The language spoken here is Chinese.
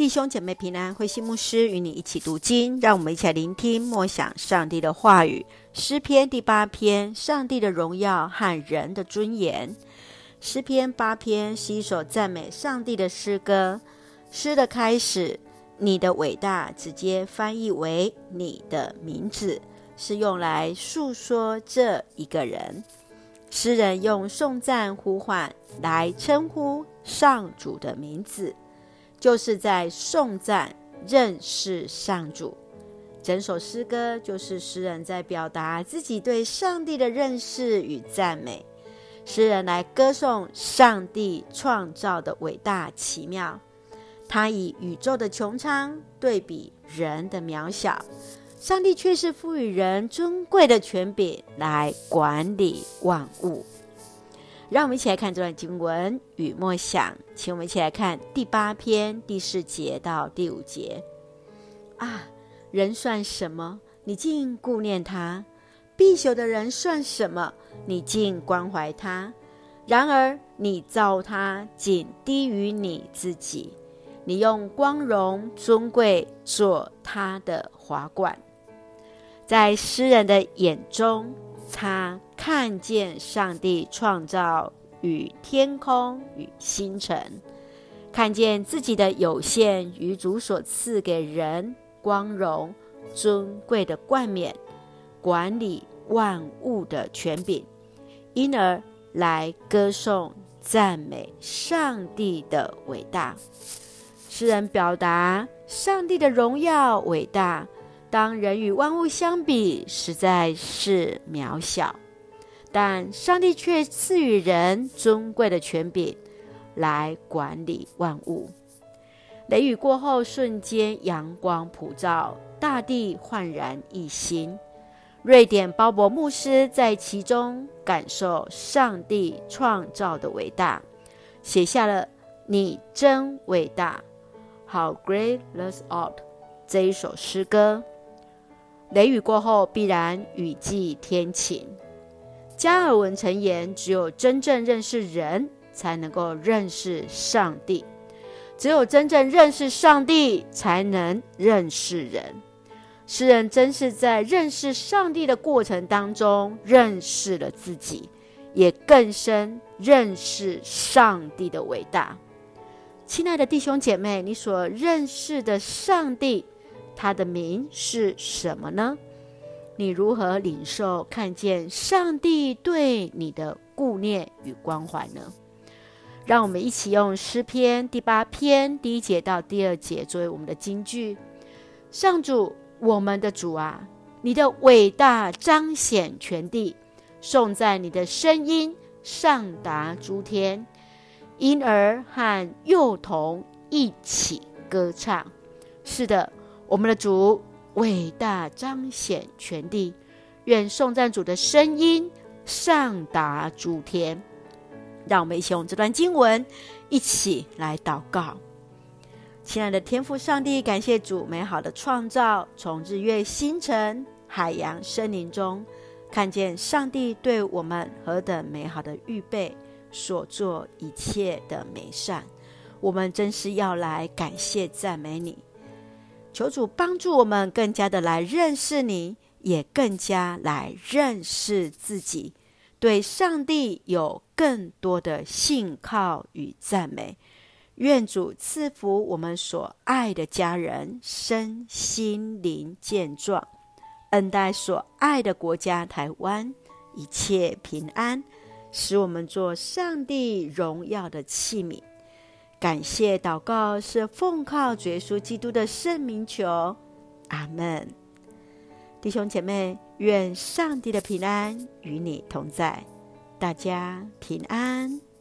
弟兄姐妹平安，慧馨牧师与你一起读经，让我们一起来聆听默想上帝的话语。诗篇第8篇，上帝的荣耀和人的尊严。诗篇8篇是一首赞美上帝的诗歌。诗的开始，你的伟大直接翻译为你的名字，是用来述说这一个人。诗人用颂赞呼唤来称呼上主的名字，就是在颂赞认识上主。整首诗歌就是诗人在表达自己对上帝的认识与赞美。诗人来歌颂上帝创造的伟大奇妙，他以宇宙的穹苍对比人的渺小，上帝却是赋予人尊贵的权柄来管理万物。让我们一起来看这段经文与默想，请我们一起来看第8篇第4节到第5节。人算什么？你竟顾念他；必朽的人算什么？你竟关怀他。然而你造他仅低于你自己，你用光荣尊贵做他的华冠。在诗人的眼中，他看见上帝创造与天空与星辰，看见自己的有限与主所赐给人光荣尊贵的冠冕，管理万物的权柄，因而来歌颂赞美上帝的伟大。诗人表达上帝的荣耀伟大，当人与万物相比，实在是渺小，但上帝却赐予人尊贵的权柄来管理万物。雷雨过后，瞬间阳光普照，大地焕然一新。瑞典鲍勃牧师在其中感受上帝创造的伟大，写下了你真伟大 How Great Thou Art 这一首诗歌。雷雨过后必然雨霁天晴。加尔文曾言，只有真正认识人，才能够认识上帝。只有真正认识上帝，才能认识人。诗人真是在认识上帝的过程当中，认识了自己，也更深认识上帝的伟大。亲爱的弟兄姐妹，你所认识的上帝，他的名是什么呢？你如何领受看见上帝对你的顾念与关怀呢？让我们一起用诗篇第8篇第1节到第2节作为我们的金句。上主，我们的主啊，你的伟大彰显全地，颂赞你的声音上达诸天，婴儿和幼童一起歌唱。是的，我们的主伟大彰显全地，愿颂赞主的声音上达诸天。让我们一起用这段经文一起来祷告。亲爱的天父上帝，感谢主美好的创造，从日月星辰海洋森林中看见上帝对我们何等美好的预备，所做一切的美善，我们真是要来感谢赞美你。求主帮助我们更加的来认识你，也更加来认识自己，对上帝有更多的信靠与赞美。愿主赐福我们所爱的家人身心灵健壮，恩待所爱的国家台湾一切平安，使我们做上帝荣耀的器皿。感谢祷告是奉靠主耶稣基督的圣名求，阿们。弟兄姐妹，愿上帝的平安与你同在，大家平安。